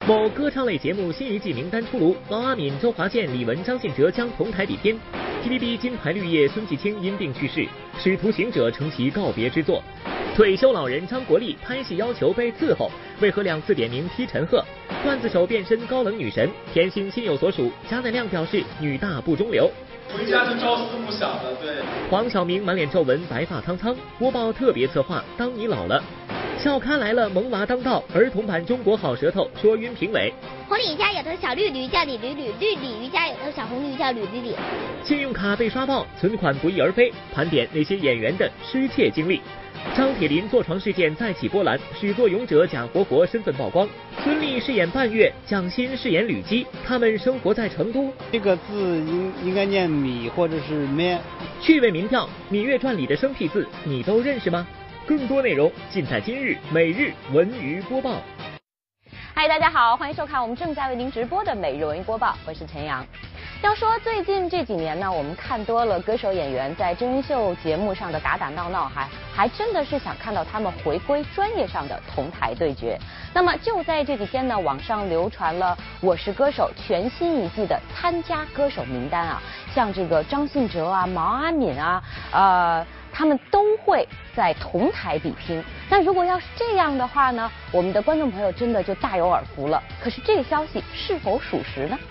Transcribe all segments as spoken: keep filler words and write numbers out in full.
某歌唱类节目新一季名单出炉，毛阿敏、周华健、李玟、张信哲将同台比拼。T V B 金牌绿叶孙继清因病去世，使徒行者成其告别之作。退休老人张国立拍戏要求被伺候，为何两次点名踢陈赫？段子手变身高冷女神，甜心心有所属，贾乃亮表示女大不中留。 回家就朝思暮想的，对。 黄晓明满脸皱纹，白发苍苍，播报特别策划：当你老了。笑咖来了，萌娃当道，儿童版中国好舌头说晕评委。 红鲤鱼家有头小绿驴叫李驴驴，绿鲤鱼家有头小红驴叫吕吕吕。 信用卡被刷爆，存款不翼而飞，盘点那些演员的失窃经历。张铁林坐床事件再起波澜，始作俑者贾活活身份曝光。孙俪饰演半月，蒋欣饰演吕姬，他们生活在成都。 这个字应应该念米或者是咩。 趣味民调：《芈月传》里的生僻字你都认识吗？更多内容尽在今日每日文娱播报。 嗨，大家好，欢迎收看我们正在为您直播的每日文娱播报，我是陈阳。要说最近这几年呢，我们看多了歌手演员在真人秀节目上的打打闹闹，还还真的是想看到他们回归专业上的同台对决。那么就在这几天呢，网上流传了《我是歌手》全新一季的参加歌手名单啊，像这个张信哲啊、毛阿敏啊，呃。他们都会在同台比拼。那如果要是这样的话呢，我们的观众朋友真的就大有耳福了。可是这个消息是否属实呢？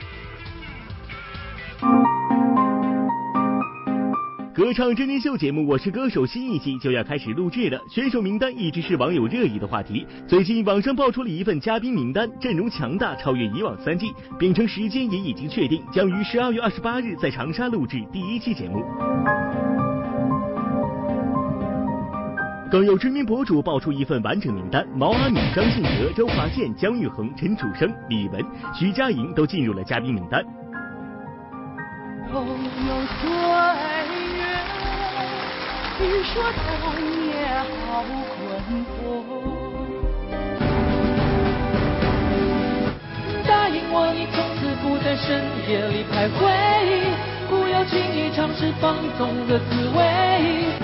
歌唱真人秀节目《我是歌手》新一季就要开始录制了，选手名单一直是网友热议的话题。最近网上爆出了一份嘉宾名单，阵容强大，超越以往三季，并称时间也已经确定，将于十二月二十八日在长沙录制第一期节目。更有知名博主爆出一份完整名单，毛阿敏、张信哲、周华健、姜育恒、陈楚生、李玟、徐佳莹都进入了嘉宾名单。 后有岁月，你说冬也好困惑。答应我，你从此不在深夜里徘徊，不要轻易尝试放纵的滋味。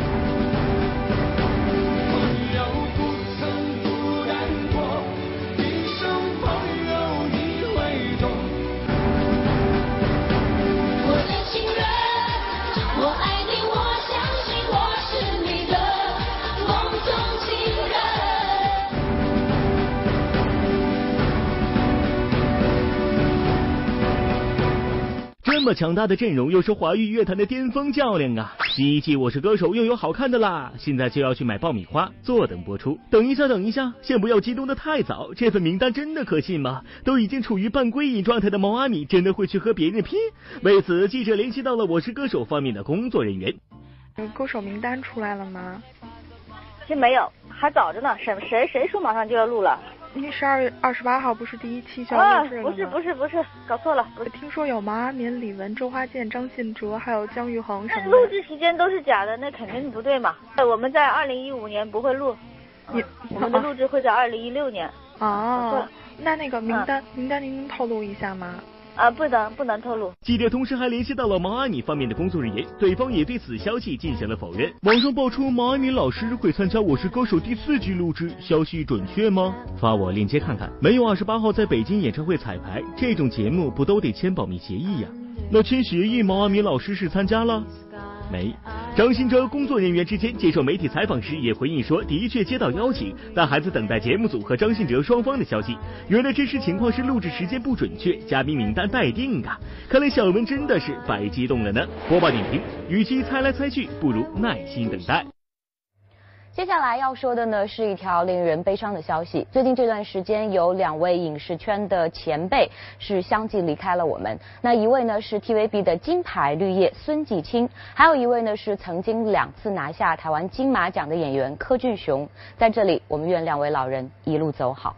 这么强大的阵容，又是华语乐坛的巅峰较量啊！第一季《我是歌手》又有好看的啦，现在就要去买爆米花，坐等播出。等一下，等一下，先不要激动的太早，这份名单真的可信吗？都已经处于半归隐状态的毛阿敏，真的会去和别人拼？为此，记者联系到了《我是歌手》方面的工作人员。 歌手名单出来了吗？ 其实没有，还早着呢。谁谁谁说马上就要录了？ 因为十二月二十八号不是第一期就要录制了吗？ 不是不是不是，搞错了。不是， 听说有毛阿敏、李玟、周华健、张信哲，还有姜育恒什么的。 录制时间都是假的，那肯定不对嘛。我们在二零一五年不会录， 你我们的录制会在二零一六年。 哦，那那个名单、嗯、名单您能透露一下吗？ 啊，不能不能透露。 记者同时还联系到了毛阿敏方面的工作人员，对方也对此消息进行了否认。网上爆出毛阿敏老师会参加《我是歌手》第四季录制，消息准确吗？发我链接看看。没有二十八号在北京演唱会彩排，这种节目不都得签保密协议呀？那签协议，毛阿敏老师是参加了没？张信哲工作人员之间接受媒体采访时也回应说，的确接到邀请，但还在等待节目组和张信哲双方的消息。原来真实情况是录制时间不准确，嘉宾名单待定啊！看来小文真的是白激动了呢。播报点评：与其猜来猜去，不如耐心等待。 接下来要说的呢，是一条令人悲伤的消息。最近这段时间，有两位影视圈的前辈是相继离开了我们。那一位呢是 T V B 的金牌绿叶孙继清，还有一位呢是曾经两次拿下台湾金马奖的演员柯俊雄。在这里，我们愿两位老人一路走好。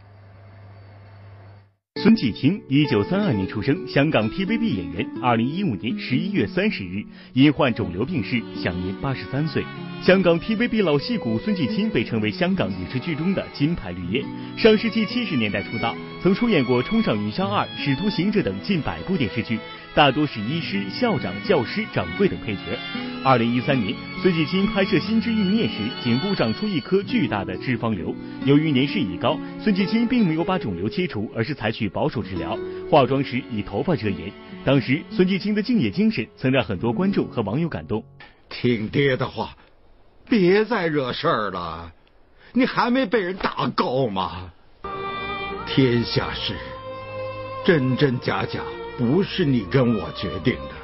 孙继清，一九三二年出生，香港 T V B 演员。二零一五年十一月三十日因患肿瘤病逝，享年八十三岁。香港 T V B 老戏骨孙继清被称为香港影视剧中的金牌绿叶。上世纪七十年代出道，曾出演过《冲上云霄二》《使徒行者》等近百部电视剧。 大多是医师、校长、教师、掌柜等配角。二零一三年，孙继清拍摄《心之意念》时，颈部长出一颗巨大的脂肪瘤。由于年事已高，孙继清并没有把肿瘤切除，而是采取保守治疗，化妆时以头发遮掩。当时，孙继清的敬业精神曾让很多观众和网友感动。 听爹的话，别再惹事儿了。你还没被人打够吗？天下事，真真假假，不是你跟我决定的。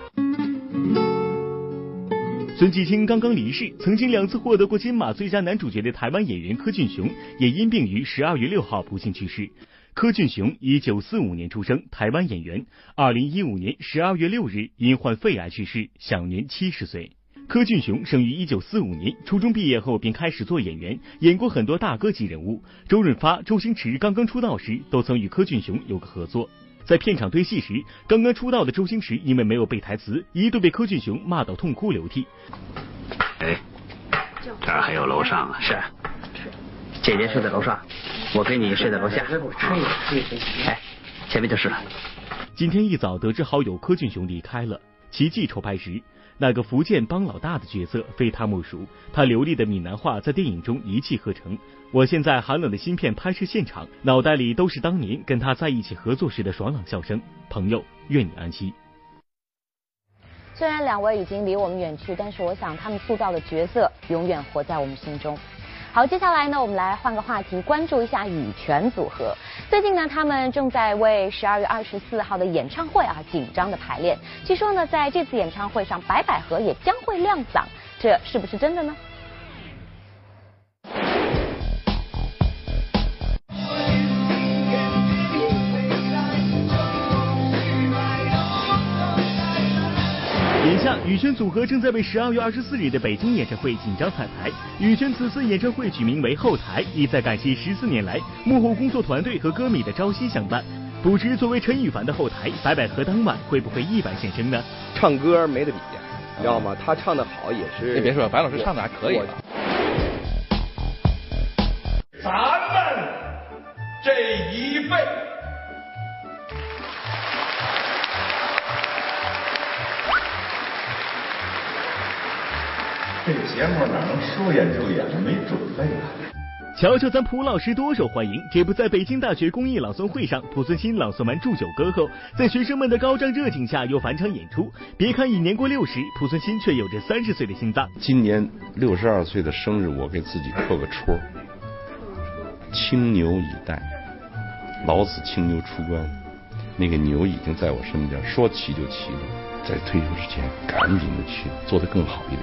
孙继清刚刚离世，曾经两次获得过金马最佳男主角的台湾演员柯俊雄也因病于十二月六号不幸去世。柯俊雄一九四五年出生，台湾演员，二零一五年十二月六日因患肺癌去世，享年七十岁。柯俊雄生于一九四五年，初中毕业后便开始做演员，演过很多大哥级人物。周润发、周星驰刚刚出道时，都曾与柯俊雄有个合作。在片场对戏时，刚刚出道的周星驰因为没有背台词，一度被柯俊雄骂到痛哭流涕。 哎，这儿还有楼上啊？是，姐姐睡在楼上，我跟你睡在楼下。哎，前面就是了。 今天一早得知好友柯俊雄离开了，奇迹筹拍时，那个福建帮老大的角色非他莫属，他流利的闽南话在电影中一气呵成。我现在寒冷的芯片拍摄现场，脑袋里都是当年跟他在一起合作时的爽朗笑声。朋友，愿你安息。 虽然两位已经离我们远去，但是我想他们塑造的角色永远活在我们心中。好，接下来呢，我们来换个话题，关注一下羽泉组合。最近呢，他们正在为十二月二十四号的演唱会啊紧张的排练。据说呢，在这次演唱会上，白百合也将会亮嗓，这是不是真的呢？ 眼下，羽泉组合正在为十二月二十四日的北京演唱会紧张彩排。羽泉此次演唱会取名为《后台》，意在感谢十四年来幕后工作团队和歌迷的朝夕相伴。不知作为陈羽凡的后台，白百合当晚会不会意外现身呢？ 唱歌没得比，你知道吗？他唱的好也是。 你别说，白老师唱的还可以吧？ 咱们这一辈。 这节目哪能说演就演的，没准备啊！ 瞧瞧咱蒲老师多受欢迎，这不在北京大学公益朗诵会上，濮存昕朗诵完祝酒歌后，在学生们的高涨热情下又返场演出。别看已年过六十，濮存昕却有着三十岁的心脏。 今年六十二岁的生日，我给自己刻个戳：青牛已带，老子青牛出关。那个牛已经在我身边，说骑就骑了。在退休之前，赶紧的去做得更好一点。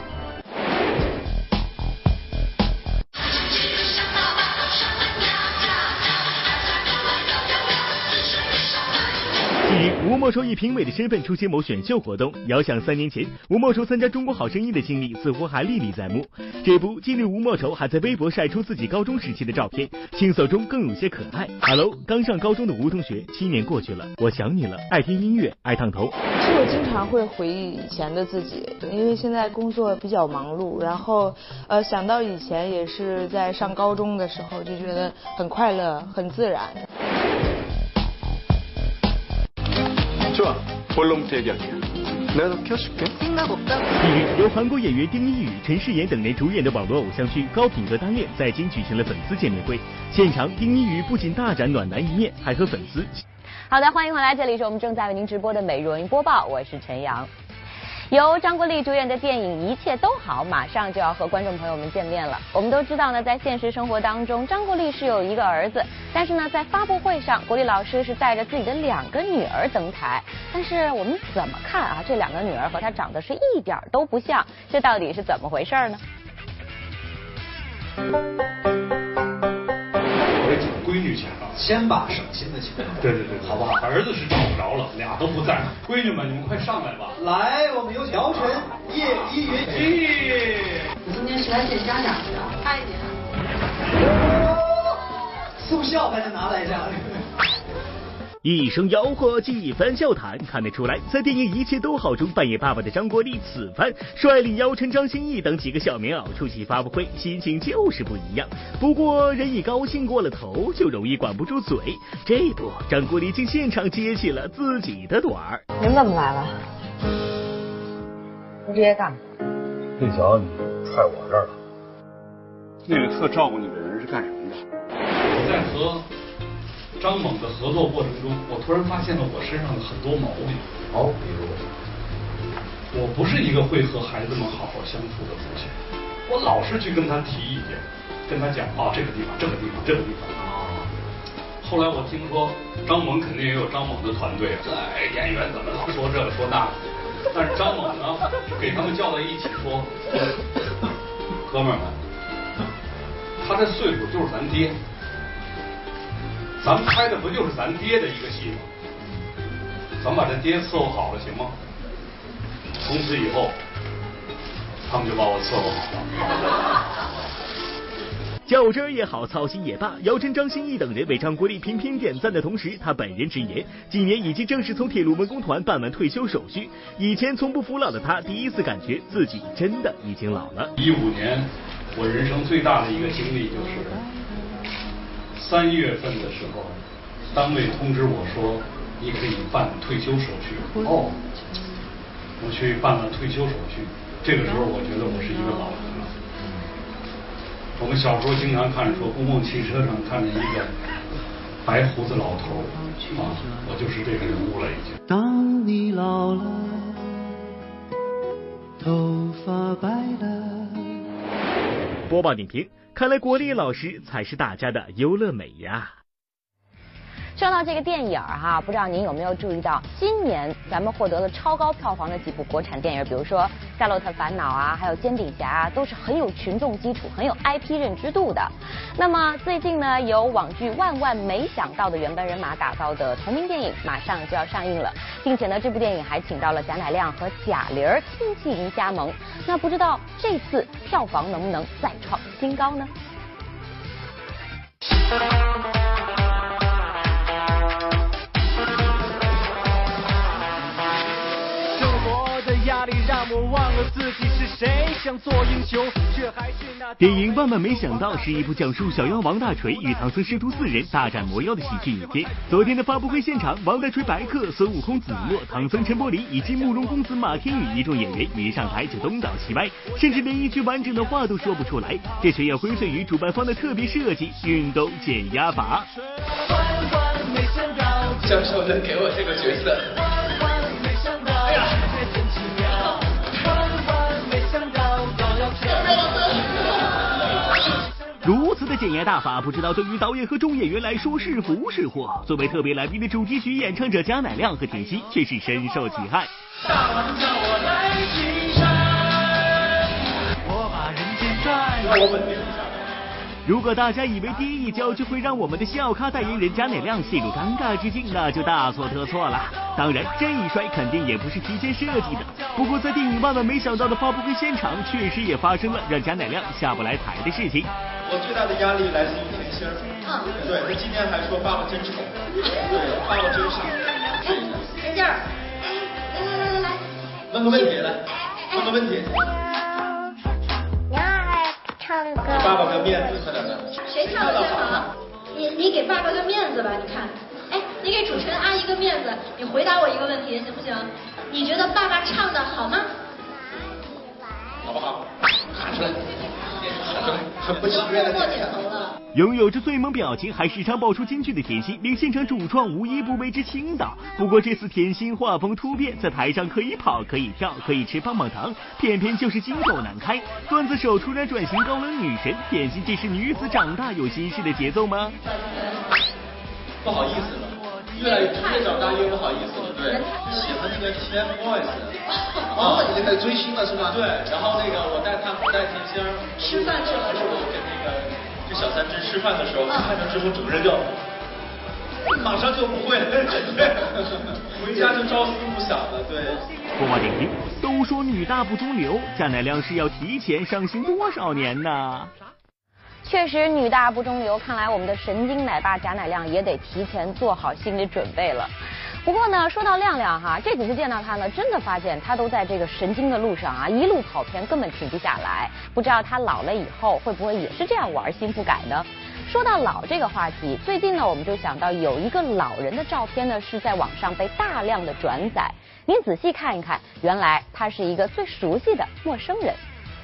近日，吴莫愁以评委的身份出席某选秀活动。遥想三年前，吴莫愁参加《中国好声音》的经历似乎还历历在目。这不，近日吴莫愁还在微博晒出自己高中时期的照片，青涩中更有些可爱。Hello， 刚上高中的吴同学，七年过去了，我想你了，爱听音乐，爱烫头。 其实我经常会回忆以前的自己，因为现在工作比较忙碌，然后呃想到以前也是在上高中的时候，就觉得很快乐，很自然。 좋아, 볼륨 대결이야. 내가 더 켜줄게. 생각 없다. 近日，由韩国演员丁一宇、陈世妍等人主演的网络偶像剧《高品格单恋》在京举行了粉丝见面会。现场，丁一宇不仅大展暖男一面，还和粉丝。 好的，欢迎回来，这里是我们正在为您直播的美若云播报，我是陈阳。由张国立主演的电影《一切都好》马上就要和观众朋友们见面了。我们都知道呢，在现实生活当中，张国立是有一个儿子，但是呢，在发布会上，国立老师是带着自己的两个女儿登台。但是我们怎么看啊？这两个女儿和他长得是一点都不像，这到底是怎么回事呢？ 我得请闺女钱啊，先把省心的钱。对对对，好不好？儿子是找不着了，俩都不在。闺女们，你们快上来吧！ 来，我们有请姚晨、叶一云。 我今天是来见家长的，快一点。 速效还得拿来一下。 一声吆喝，几番笑谈，看得出来，在电影《一切都好》中扮演爸爸的张国立，此番率领姚晨、张歆艺等几个小棉袄出席发布会，心情就是不一样。不过人一高兴过了头，就容易管不住嘴。这不，张国立竟现场接起了自己的短儿。 您怎么来了？你这些干嘛？ 那小子你踹我这儿了。那个特照顾你的人是干什么的？我在和张猛的合作过程中，我突然发现了我身上的很多毛病。好，比如，我不是一个会和孩子们好好相处的父亲，我老是去跟他提意见，跟他讲啊、哦、这个地方，这个地方，这个地方啊。后来我听说张猛肯定也有张猛的团队，哎，演员怎么老说这说那，但是张猛呢，给他们叫到一起说，哥们儿们，他这岁数就是咱爹。咱们拍的不就是咱爹的一个戏吗？咱们把这爹伺候好了，行吗？从此以后，他们就把我伺候好了。 较真儿也好，操心也罢，姚晨、张歆艺等人为张国立频频点赞的同时，他本人直言，今年已经正式从铁路文工团办完退休手续。以前从不服老的他，第一次感觉自己真的已经老了。 一五年，我人生最大的一个经历就是。三月份的时候，单位通知我说，你可以办退休手续。哦，我去办了退休手续。这个时候，我觉得我是一个老人了。我们小时候经常看说，公共汽车上看着一个白胡子老头啊，我就是这个人物了已经。 当你老了，头发白了。 播报点评。看来国立老师才是大家的优乐美呀。 说到这个电影哈，不知道您有没有注意到，今年咱们获得了超高票房的几部国产电影，比如说《夏洛特烦恼》啊，还有《煎饼侠》啊，都是很有群众基础、很有 I P 认知度的。那么最近呢，由网剧《万万没想到的原班人马》打造的同名电影马上就要上映了，并且呢，这部电影还请到了贾乃亮和贾玲亲戚一加盟。那不知道这次票房能不能再创新高呢？ 压力让我忘了自己是谁，想做英雄却还是那。 电影《万万没想到》是一部讲述小妖王大锤与唐僧师徒四人大战魔妖的喜剧影片。昨天的发布会现场，王大锤、白客、孙悟空、子墨、唐僧陈柏霖以及慕容公子马天宇一众演员一上台就东倒西歪，甚至连一句完整的话都说不出来，这全要归罪于主办方的特别设计——运动减压法。 教授能给我这个角色？哎呀！ 如此的减压大法，不知道对于导演和众演员来说是福是祸。作为特别来宾的主题曲演唱者贾乃亮和田曦却是深受其害。 大王叫我来岐山，我把人间转。让我稳定一下。 如果大家以为跌一跤就会让我们的笑咖代言人贾乃亮陷入尴尬之境，那就大错特错了。当然，这一摔肯定也不是提前设计的。不过，在电影《万万没想到》的发布会现场，确实也发生了让贾乃亮下不来台的事情。 我最大的压力来自于甜心儿，嗯，对，他今天还说爸爸真丑，对，爸爸真傻。 哎，甜心儿，来来来来来， 问个问题来，问个问题。 唱歌。 爸爸个面子，快点的。 谁唱的最好？你你给爸爸个面子吧，你看。哎，你给主持人阿姨个面子，你回答我一个问题行不行？你觉得爸爸唱的好吗？ 好不好？喊出来，喊出来，很不情愿的默点头了。 拥有着最萌表情还时常爆出金句的甜心，令现场主创无一不为之倾倒。不过这次甜心画风突变，在台上可以跑可以跳可以吃棒棒糖，偏偏就是金口难开。段子手突然转型高冷女神，甜心这是女子长大有心事的节奏吗？ 不好意思了，越来越越长大越不好意思了。对，喜欢那个 T F Boys。哦，你就开始追星了是吧？对，然后那个我带他带甜心儿吃饭去了是吧？ 跟那个跟小三只吃饭的时候，看着之后整个人就马上就不会了，回家就朝思暮想的。对。 播报点评：都说女大不中留，贾乃亮是要提前上新多少年呢？ 确实女大不中留，看来我们的神经奶爸贾乃亮也得提前做好心理准备了。不过呢，说到亮亮哈，这几次见到他呢，真的发现他都在这个神经的路上啊，一路跑偏，根本停不下来。不知道他老了以后会不会也是这样玩心不改呢？说到老这个话题，最近呢，我们就想到有一个老人的照片呢，是在网上被大量的转载。您仔细看一看，原来他是一个最熟悉的陌生人。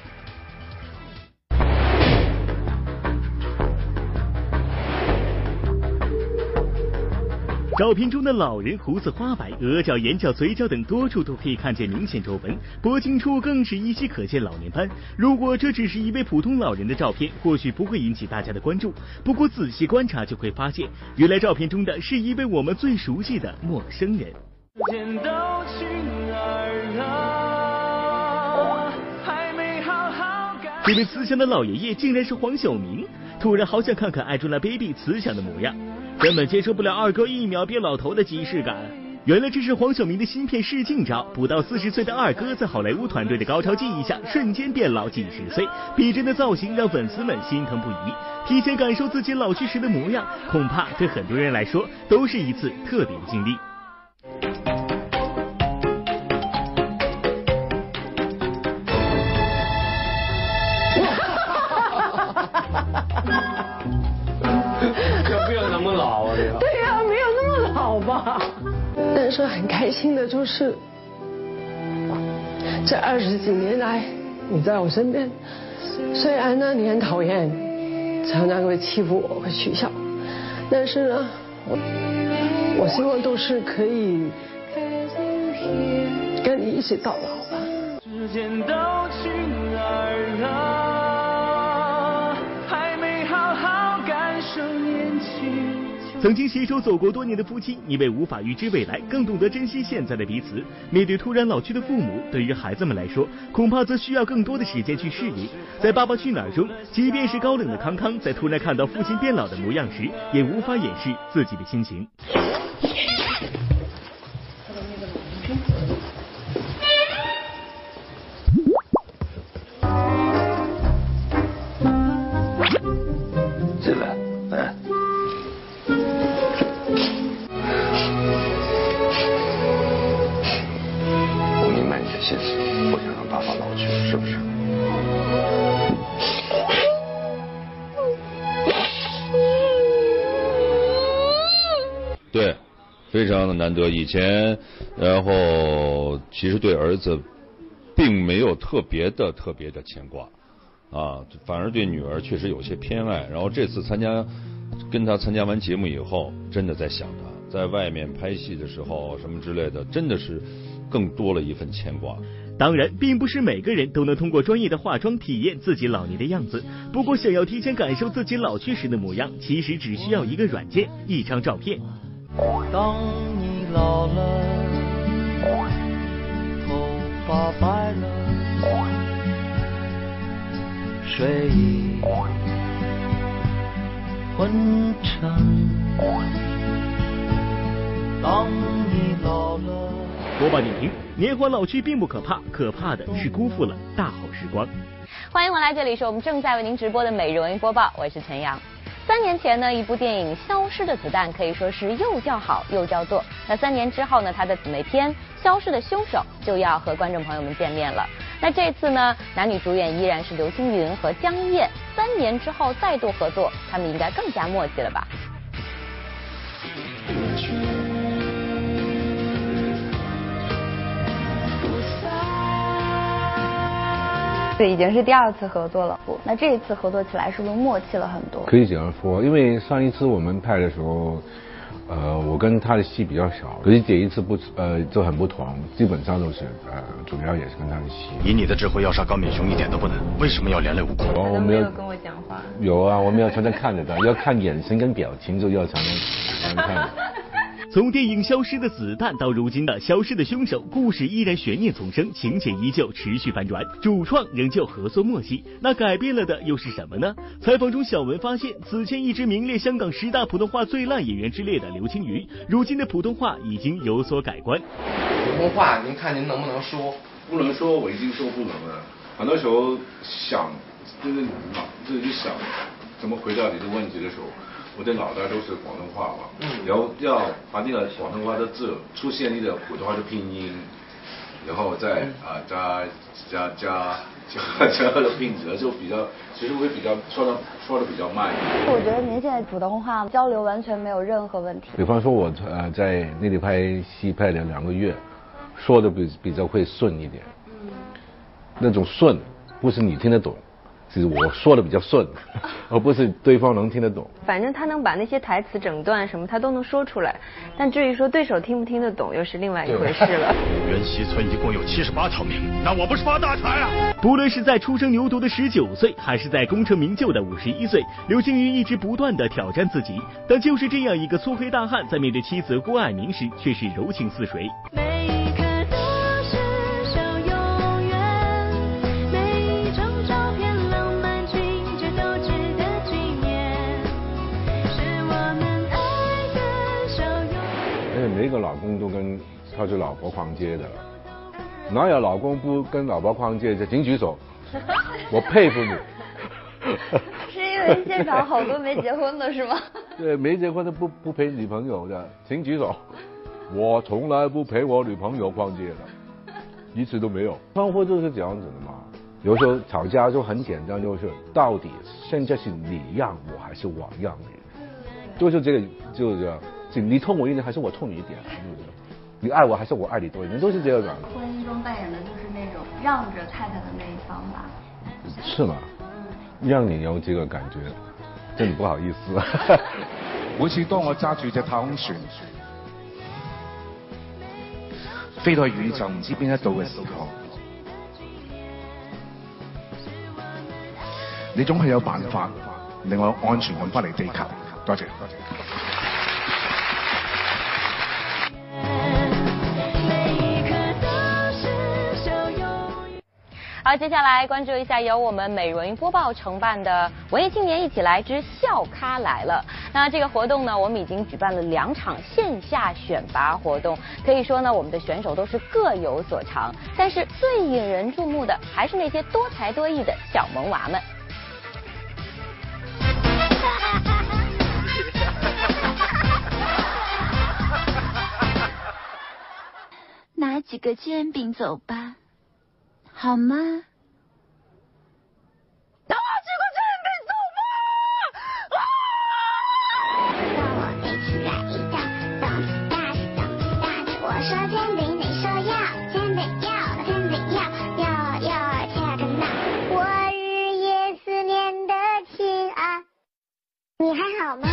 照片中的老人胡子花白，额角、眼角、嘴角等多处都可以看见明显皱纹，脖颈处更是依稀可见老年斑。如果这只是一位普通老人的照片，或许不会引起大家的关注。不过仔细观察就会发现，原来照片中的是一位我们最熟悉的陌生人。这位慈祥的老爷爷竟然是黄晓明，突然好想看看 Angelababy 慈祥的模样。根本接受不了二哥一秒变老头的即视感。原来这是黄晓明的芯片试镜招，不到四十岁的二哥在好莱坞团队的高超技艺下，瞬间变老几十岁，逼真的造型让粉丝们心疼不已。提前感受自己老去时的模样，恐怕对很多人来说都是一次特别的经历。 对呀、啊，没有那么老吧。但是很开心的就是，这二十几年来你在我身边，虽然呢你很讨厌，常常会欺负我，会取笑，但是呢，我我希望都是可以跟你一起到老吧。时间都去哪儿了？还没好好感受年轻。 曾经携手走过多年的夫妻，因为无法预知未来，更懂得珍惜现在的彼此。面对突然老去的父母，对于孩子们来说，恐怕则需要更多的时间去适应。在《爸爸去哪儿》中，即便是高冷的康康，在突然看到父亲变老的模样时，也无法掩饰自己的心情。 进来，哎。心思不想让爸爸老去，是不是？ 对，非常的难得。以前，然后其实对儿子并没有特别的特别的牵挂啊，反而对女儿确实有些偏爱。然后这次参加跟他参加完节目以后，真的在想他，在外面拍戏的时候什么之类的，真的是更多了一份牵挂。 当然，并不是每个人都能通过专业的化妆体验自己老年的样子。不过，想要提前感受自己老去时的模样，其实只需要一个软件，一张照片。 当你老了，头发白了，睡意昏沉。当你老了。 播报点评：年华老去并不可怕，可怕的是辜负了大好时光。 欢迎回来，这里是我们正在为您直播的每日文娱播报，我是陈阳。三年前呢，一部电影《消失的子弹》可以说是又叫好又叫座。那三年之后呢，它的姊妹篇《消失的凶手》就要和观众朋友们见面了。那这次呢，男女主演依然是刘青云和江一燕，三年之后再度合作，他们应该更加默契了吧？ 对，已经是第二次合作了。那这一次合作起来是不是默契了很多？ 可以这样说，因为上一次我们拍的时候，呃，我跟他的戏比较少，可是这一次不呃就很不同，基本上都是呃主要也是跟他的戏。 以你的智慧，要杀高敏雄一点都不难，为什么要连累无辜？ 我没有跟我讲话。 有啊，我们要常常看得到，要看眼神跟表情，就要常常常常看。 从电影《消失的子弹》到如今的《消失的凶手》，故事依然悬念丛生，情节依旧持续反转，主创仍旧合作默契。那改变了的又是什么呢？采访中，小文发现，此前一直名列香港十大普通话最烂演员之列的刘青云，如今的普通话已经有所改观。 普通话，您看您能不能说？ 不能说，我已经说不能了。很多时候想，就是脑子里想， 怎么回答你的问题的时候，我的脑袋都是广东话嘛，嗯，然后要把那个广东话的字出现你的普通话的拼音，然后再啊加加加加加的拼折就比较，其实会比较说的说的比较慢。 我觉得您现在普通话交流完全没有任何问题。 比方说我呃在内地拍戏拍了两个月，说的比比较会顺一点，嗯，那种顺不是你听得懂。是我说的比较顺，而不是对方能听得懂。 反正他能把那些台词整段什么他都能说出来，但至于说对手听不听得懂又是另外一回事了。 原西村一共有七十八条命，那我不是发大财啊！ 不论是在初生牛犊的十九岁，还是在功成名就的五十一岁，刘青云一直不断的挑战自己。但就是这样一个粗黑大汉，在面对妻子郭蔼明时，却是柔情似水。 每个老公都跟他是老婆逛街的，哪有老公不跟老婆逛街的？请举手，我佩服你。 是因为现场好多没结婚的是吗？ 对，没结婚的不不陪女朋友的，请举手。我从来不陪我女朋友逛街的，一次都没有。生活就是这样子的嘛。有时候吵架就很简单，就是到底现在是你让我还是我让你，就是这个就是这样。你痛我一点还是我痛你一点，你爱我还是我爱你多一点，都是这样的。 婚姻中扮演的就是那种让着太太的那一方吧？ 是吗？让你有這個感覺，真係不好意思。 每次當我揸住隻太空船飛到宇宙唔知邊一度嘅時候，你總係有辦法令我安全咁翻嚟地球。多謝，多謝。 好，接下来关注一下由我们美容音播报承办的文艺青年一起来之笑咖来了。那这个活动呢，我们已经举办了两场线下选拔活动，可以说呢，我们的选手都是各有所长，但是最引人注目的还是那些多才多艺的小萌娃们。 拿几个煎饼走吧。好吗？拿几个煎饼走吧！啊！跟我一起来一道，动次打次，动次打次。我说煎饼，你说要煎饼要，煎饼要要要切个那。我日夜思念的亲啊，你还好吗？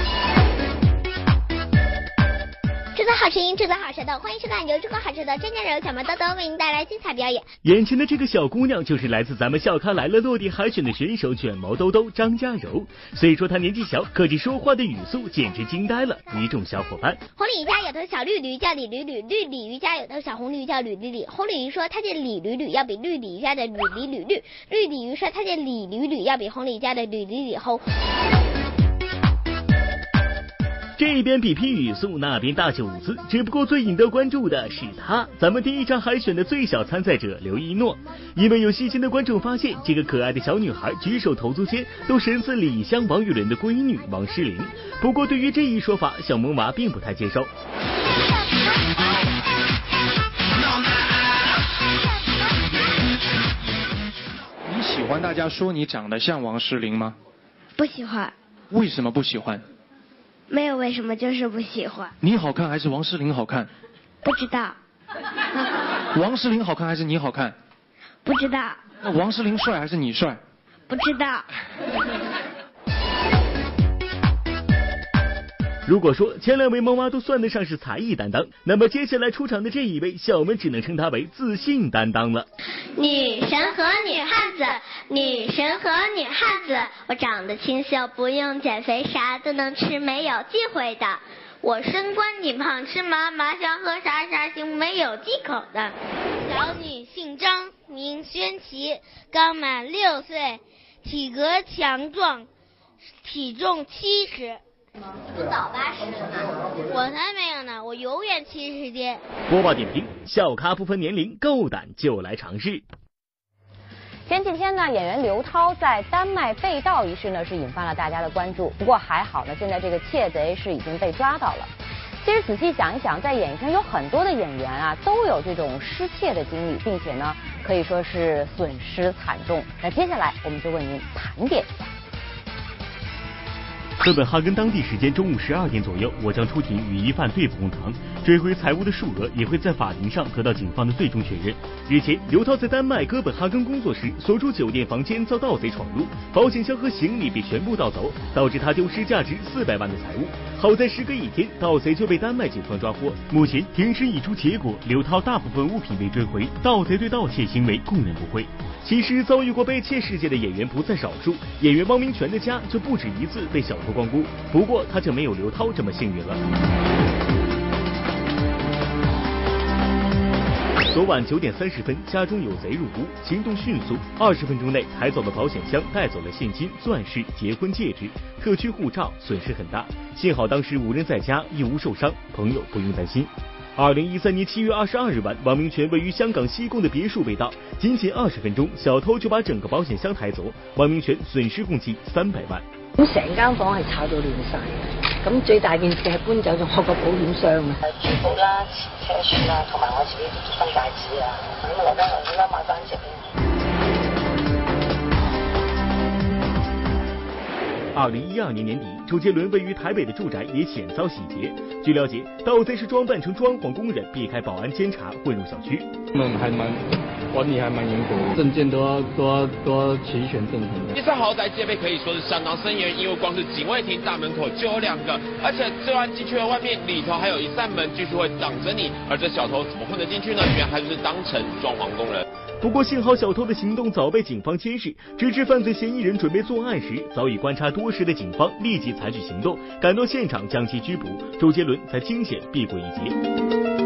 制作好声音，制作好舌头，欢迎收看由中国好舌头张家柔、小毛豆豆为您带来精彩表演。 眼前的这个小姑娘就是来自咱们笑咖来了落地海选的选手卷毛兜兜张家柔。虽说她年纪小，可这说话的语速简直惊呆了一众小伙伴。 红鲤鱼家有头小绿驴叫李驴驴，绿鲤鱼家有头小红驴叫吕吕吕。红鲤鱼说它见李驴吕要比绿鲤鱼家的吕李吕绿，绿鲤鱼说它见李驴吕要比红鲤鱼家的吕吕吕厚。 这边比拼语速，那边大秀舞姿，只不过最引得关注的是她，咱们第一场海选的最小参赛者刘一诺。因为有细心的观众发现，这个可爱的小女孩举手投足间都神似李湘、王宇伦的闺女王诗龄。不过对于这一说法，小萌娃并不太接受。 你喜欢大家说你长得像王诗龄吗？ 不喜欢。 为什么不喜欢？ 没有为什么，就是不喜欢。 你好看还是王诗龄好看？ 不知道。 王诗龄好看还是你好看？ 不知道。 那王诗龄帅还是你帅？ 不知道。 如果说前两位萌娃都算得上是才艺担当，那么接下来出场的这一位，小们只能称他为自信担当了。 女神和女汉子，女神和女汉子，我长得清秀，不用减肥，啥都能吃，没有忌讳的。我身宽体胖，吃嘛嘛香，喝啥啥行，没有忌口的。小女姓张，名宣琪，刚满六岁，体格强壮，体重七十。 不早八十了呢， 我才没有呢，我永远七十斤。 播报点评：笑咖不分年龄，够胆就来尝试。 前几天呢，演员刘涛在丹麦被盗一事呢是引发了大家的关注。不过还好呢，现在这个窃贼是已经被抓到了。其实仔细想一想，在演艺圈有很多的演员啊都有这种失窃的经历，并且呢可以说是损失惨重。那接下来我们就为您盘点一下。 哥本哈根当地时间中午十二点左右，我将出庭与疑犯对簿公堂，追回财物的数额也会在法庭上得到警方的最终确认。日前，刘涛在丹麦哥本哈根工作时所住酒店房间遭盗贼闯入，保险箱和行李被全部盗走，导致他丢失价值四百万的财物。好在时隔一天，盗贼就被丹麦警方抓获。目前庭审已出结果，刘涛大部分物品被追回，盗贼对盗窃行为供认不讳。其实遭遇过被窃事件的演员不在少数，演员汪明荃的家就不止一次被小偷光顾，不过他就没有刘涛这么幸运了。昨晚九点三十分，家中有贼入屋，行动迅速，二十分钟内抬走了保险箱，带走了现金、钻石、结婚戒指、特区护照，损失很大。幸好当时无人在家，一无受伤，朋友不用担心。二零一三年七月二十二日晚，王明荃位于香港西贡的别墅被盗，仅仅二十分鐘，小偷就把整個保險箱抬走，王明荃損失共計三百萬。 咁成間房係炒到亂晒嘅，咁最大件事係搬走咗我個保險箱啊！珠寶啦、車書啦，同埋我自己啲結婚戒指啊，咁留翻我應該買翻隻俾我。 二零一二年年底，周杰伦位于台北的住宅也险遭洗劫。据了解，盗贼是装扮成装潢工人，避开保安监察，混入小区。 他们还蛮管理还蛮严格的，证件都要都要都要齐全正统的。 这次豪宅戒备可以说是相当森严，因为光是警卫亭大门口就有两个，而且就算进去了外面，里头还有一扇门继续会挡着你。而这小偷怎么混得进去呢？原来他就是当成装潢工人。 不过幸好小偷的行动早被警方监视，直至犯罪嫌疑人准备作案时，早已观察多时的警方立即采取行动，赶到现场将其拘捕，周杰伦才惊险避过一劫。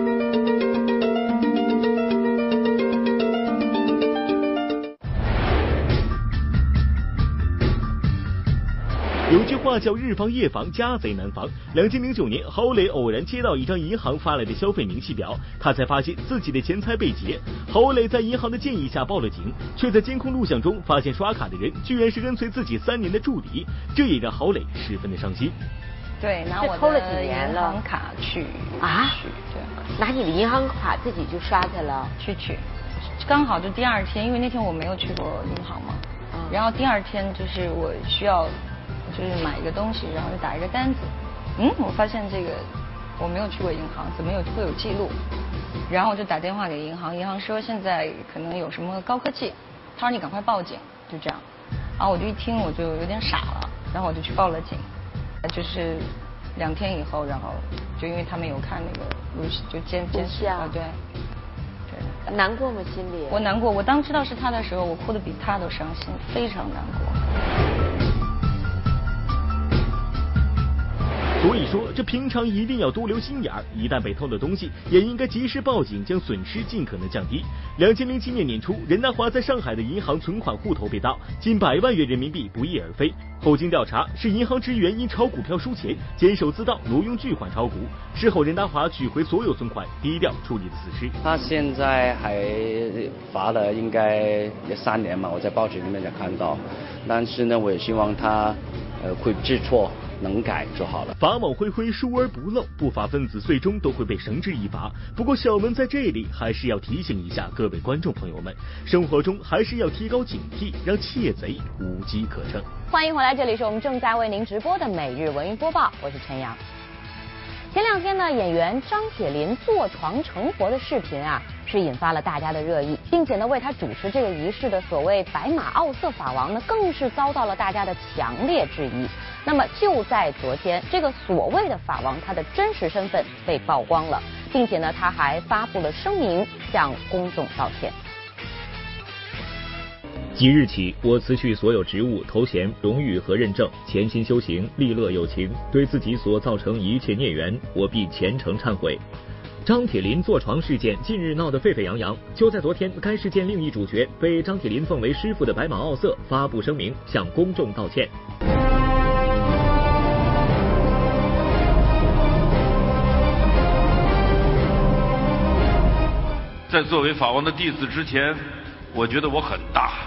有句话叫日防夜防，家贼难防。两千零九年，郝蕾偶然接到一张银行发来的消费明细表，他才发现自己的钱财被劫。郝蕾在银行的建议下报了警，却在监控录像中发现刷卡的人居然是跟随自己三年的助理，这也让郝蕾十分的伤心。 对，拿我的银行卡去啊，对， 拿你的银行卡自己就刷去了， 去取，刚好就第二天，因为那天我没有去过银行嘛，嗯、然后第二天就是我需要。就是买一个东西，然后就打一个单子，嗯，我发现这个我没有去过银行，怎么有会有记录？然后我就打电话给银行，银行说现在可能有什么高科技，他说你赶快报警，就这样。然后我就一听我就有点傻了，然后我就去报了警。就是两天以后，然后就因为他们有看那个录，就监监视啊，对。 对。难过吗？心里？ 我难过，我当知道是他的时候，我哭得比他都伤心，非常难过。 所以说，这平常一定要多留心眼儿，一旦被偷了东西，也应该及时报警，将损失尽可能降低。两千零七年年初，任达华在上海的银行存款户头被盗，近百万元人民币不翼而飞。后经调查，是银行职员因炒股票输钱，监守自盗，挪用巨款炒股。事后，任达华取回所有存款，低调处理了此事。 他现在还罚了应该三年嘛，我在报纸里面也看到。但是呢，我也希望他呃会知错。能改就好了。 法网恢恢，疏而不漏，不法分子最终都会被绳之以法。不过小文在这里还是要提醒一下各位观众朋友们，生活中还是要提高警惕，让窃贼无机可乘。 欢迎回来，这里是我们正在为您直播的每日文娱播报，我是陈阳。前两天呢，演员张铁林坐床成佛的视频啊，是引发了大家的热议，并且呢，为他主持这个仪式的所谓白马奥瑟法王呢，更是遭到了大家的强烈质疑。那么就在昨天，这个所谓的法王他的真实身份被曝光了，并且呢，他还发布了声明向公众道歉。 即日起，我辞去所有职务、头衔、荣誉和认证，潜心修行，利乐有情。对自己所造成一切孽缘，我必虔诚忏悔。张铁林坐床事件近日闹得沸沸扬扬，就在昨天，该事件另一主角被张铁林奉为师傅的白马奥瑟发布声明，向公众道歉。 在作为法王的弟子之前，我觉得我很大，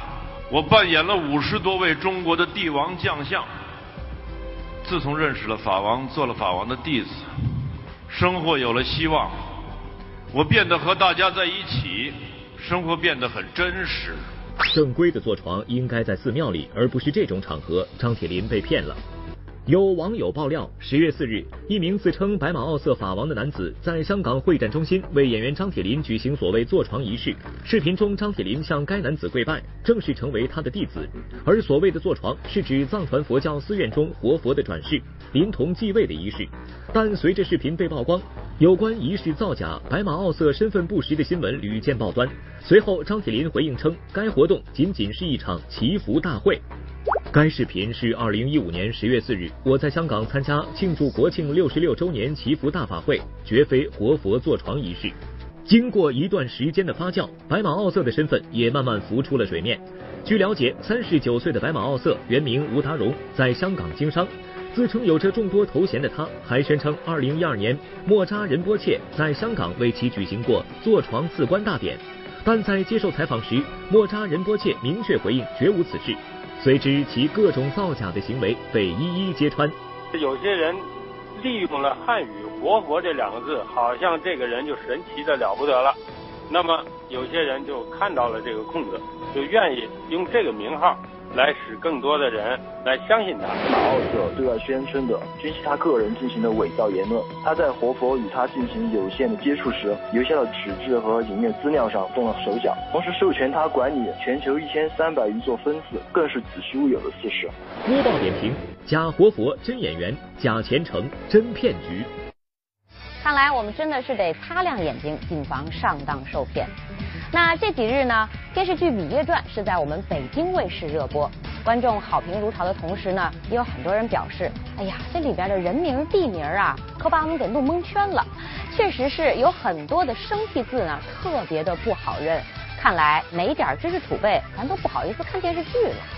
我扮演了五十多位中国的帝王将相。自从认识了法王，做了法王的弟子，生活有了希望。我变得和大家在一起，生活变得很真实。 正规的坐床应该在寺庙里，而不是这种场合。张铁林被骗了。有网友爆料，十月四日，一名自称白马奥瑟法王的男子在香港会展中心为演员张铁林举行所谓坐床仪式。视频中，张铁林向该男子跪拜，正式成为他的弟子。而所谓的坐床，是指藏传佛教寺院中活佛的转世、临童继位的仪式。但随着视频被曝光，有关仪式造假、白马奥瑟身份不实的新闻屡见报端。随后，张铁林回应称，该活动仅仅是一场祈福大会。该视频是二零一五年十月四日，我在香港参加庆祝国庆六十六周年祈福大法会，绝非活佛坐床仪式。经过一段时间的发酵，白马奥瑟的身份也慢慢浮出了水面。据了解，三十九岁的白马奥瑟原名吴达荣，在香港经商。自称有着众多头衔的他，还宣称二零一二年莫扎仁波切在香港为其举行过坐床赐官大典，但在接受采访时，莫扎仁波切明确回应绝无此事。随之，其各种造假的行为被一一揭穿。 有些人利用了汉语“活佛”这两个字，好像这个人就神奇的了不得了。那么有些人就看到了这个空子，就愿意用这个名号来使更多的人来相信他。 马奥瑟对外宣称的均是他个人进行的伪造言论。他在活佛与他进行有限的接触时，留下的纸质和影院资料上动了手脚，同时授权他管理全球一千三百余座分寺，更是子虚乌有的事实。 播报点评：假活佛真演员，假虔诚真骗局。 看来我们真的是得擦亮眼睛，谨防上当受骗。那这几日呢，电视剧《芈月传》是在我们北京卫视热播，观众好评如潮的同时呢，也有很多人表示，哎呀，这里边的人名地名啊，可把我们给弄蒙圈了。确实是有很多的生僻字呢，特别的不好认。看来没点知识储备，咱都不好意思看电视剧了。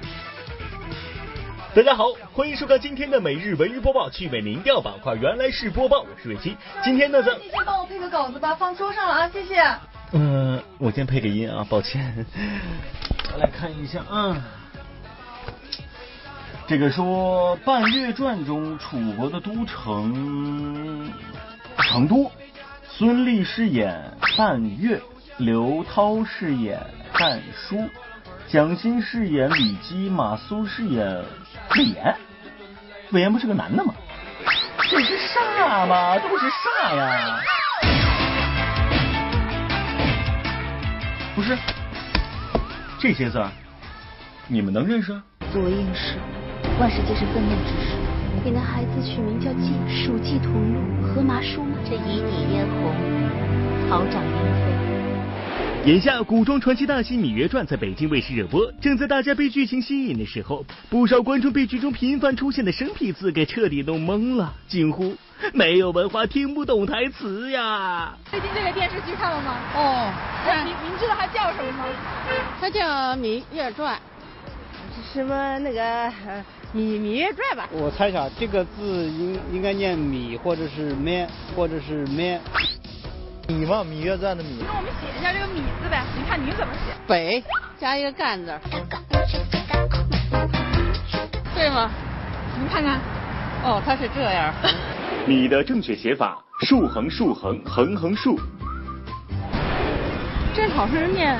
大家好，欢迎收看今天的每日文娱播报趣味民调板块，原来是播报，我是瑞希。今天呢，咱你先帮我配个稿子吧，放桌上了啊，谢谢。 嗯，我先配个音啊，抱歉。我来看一下啊，这个说《半月传》中楚国的都城成都，孙俪饰演半月，刘涛饰演半叔，蒋欣饰演李基，马苏饰演魏延。魏延不是个男的吗？这是煞吗？都是煞呀！不是，这些字你们能认识？ 自我应试，万事皆是愤怒之事。给那孩子取名叫季，属季同禄，河马属马。这旖旎嫣红，草长莺飞。 眼下，古装传奇大戏《芈月传》在北京卫视热播，正在大家被剧情吸引的时候，不少观众被剧中频繁出现的生僻字给彻底弄懵了，惊呼没有文化听不懂台词呀！ 最近这个电视剧看了吗？ 哦， 您您知道它叫什么吗？ 它叫《芈月传》，什么那个呃芈芈月传吧？ 我猜想这个字应应该念米，或者是咩，或者是咩。米嘛，芈月传的米。 那我们写一下这个米字呗，您看您怎么写？ 北加一个干字。对吗？ 您看看。 哦，它是这样。 米的正确写法：竖横竖横横横竖。 这好像是念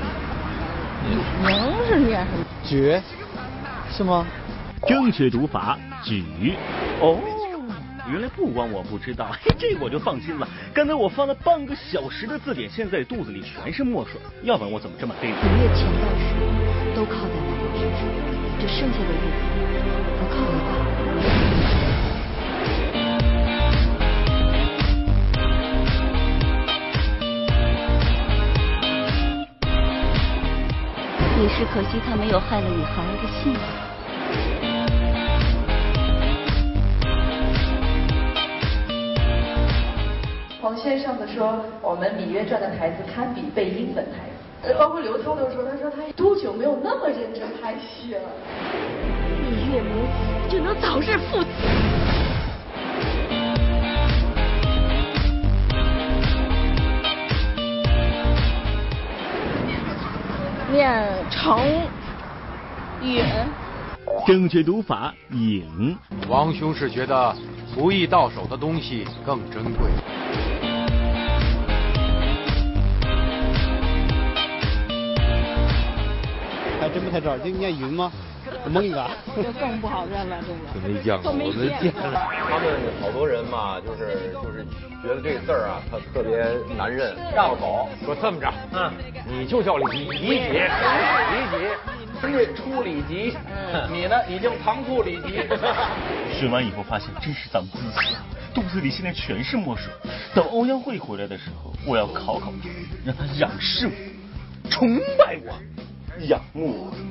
名是念什么？ 绝，是吗？ 正确读法：举。哦。原来不光我不知道，嘿，这我就放心了。刚才我翻了半个小时的字典，现在肚子里全是墨水，要不然我怎么这么黑？ 五月前到时都靠在奶奶身上，这剩下的日子都靠我爸。也是可惜他没有害了你孩儿的性命。 黄先生的说，我们《芈月传》的台词堪比背英文台词。包括刘涛都说，他说他多久没有那么认真拍戏了？ 你岳母死就能早日父子。 念成允。 正确读法颖。 王兄是觉得不易到手的东西更珍贵。 还真不太知道，就念云吗？蒙一个， 就更不好认了，这个。 没见过，我没见过。他们好多人嘛，就是就是觉得这个字儿啊，它特别难认，绕口。说这么着，嗯，你就叫李吉，李吉，李吉，略出李吉。嗯，你呢？你叫唐突李吉。 学完以后发现真是脏兮兮，肚子里现在全是墨水。等欧阳慧回来的时候，我要考考他，让他仰视我，崇拜我。仰慕我，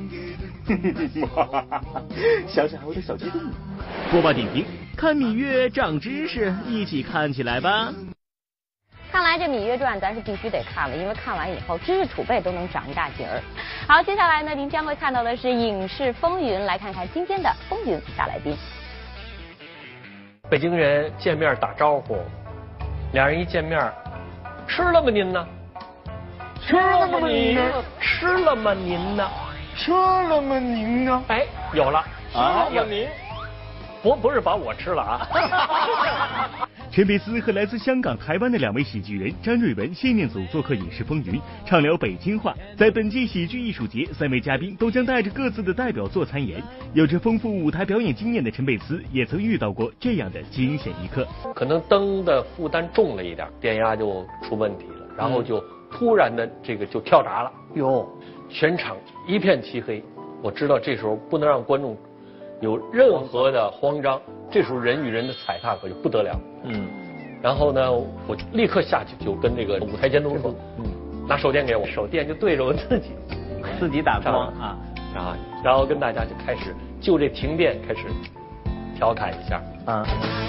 想想还有点小激动呢。播报点评：看芈月长知识，一起看起来吧。 看来这《芈月传》咱是必须得看了，因为看完以后知识储备都能长一大截儿。好，接下来呢，您将会看到的是影视风云，来看看今天的风云大来宾。 北京人见面打招呼，两人一见面，吃了吗您呢？吃了吗您？吃了吗您呢？ 吃了吗您呢？ 哎，有了，吃了吗您？不，不是把我吃了啊。 陈佩斯和来自香港、台湾的两位喜剧人张瑞文、谢念祖做客《影视风云》，畅聊北京话。在本届喜剧艺术节，三位嘉宾都将带着各自的代表作参演。有着丰富舞台表演经验的陈佩斯，也曾遇到过这样的惊险一刻。 可能灯的负担重了一点，电压就出问题了，然后就。嗯突然的这个就跳闸了，哟，全场一片漆黑。我知道这时候不能让观众有任何的慌张，这时候人与人的踩踏可就不得了。嗯，然后呢，我立刻下去就跟这个舞台监督说，嗯，拿手电给我，手电就对着我自己， 自己打光啊啊，然后跟大家就开始就这停电开始调侃一下啊。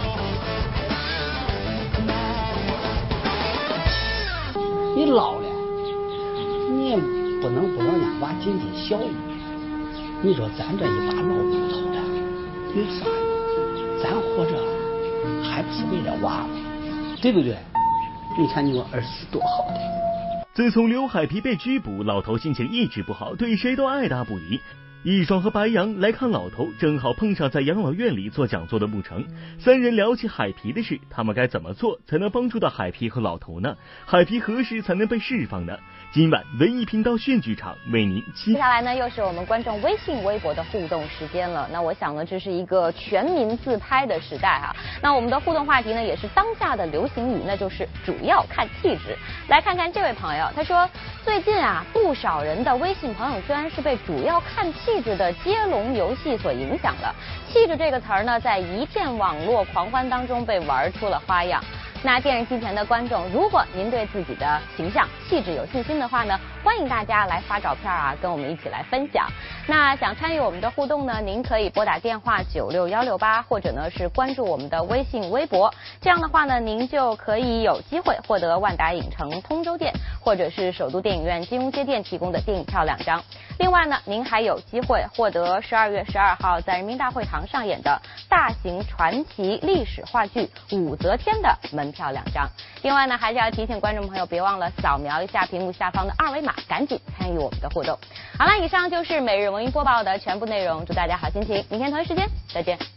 你老了，你也不能不让人家娃尽尽孝义。你说咱这一把老骨头了，有啥用？咱活着还不是为了娃吗？对不对？你看你我儿子多好的。 自从刘海皮被拘捕，老头心情一直不好，对谁都爱答不理。易爽和白杨来看老头，正好碰上在养老院里做讲座的沐橙，三人聊起海皮的事，他们该怎么做才能帮助到海皮和老头呢？海皮何时才能被释放呢？今晚文艺频道炫剧场为您期。 接下来呢，又是我们观众微信、微博的互动时间了。那我想呢，这是一个全民自拍的时代哈。那我们的互动话题呢，也是当下的流行语，那就是主要看气质。来看看这位朋友，他说最近啊，不少人的微信朋友圈是被主要看气质的接龙游戏所影响了。气质这个词儿呢，在一片网络狂欢当中被玩出了花样。那电视机前的观众，如果您对自己的形象、气质有信心的话呢，欢迎大家来发照片啊，跟我们一起来分享。那想参与我们的互动呢，您可以拨打电话九六幺六八，或者呢是关注我们的微信、微博。这样的话呢，您就可以有机会获得万达影城通州店或者是首都电影院金融街店提供的电影票两张。另外呢，您还有机会获得十二月十二号在人民大会堂上演的大型传奇历史话剧《武则天》的门票两张。另外呢，还是要提醒观众朋友，别忘了扫描一下屏幕下方的二维码，赶紧参与我们的互动。好了，以上就是每日文娱播报的全部内容，祝大家好心情，明天同一时间再见。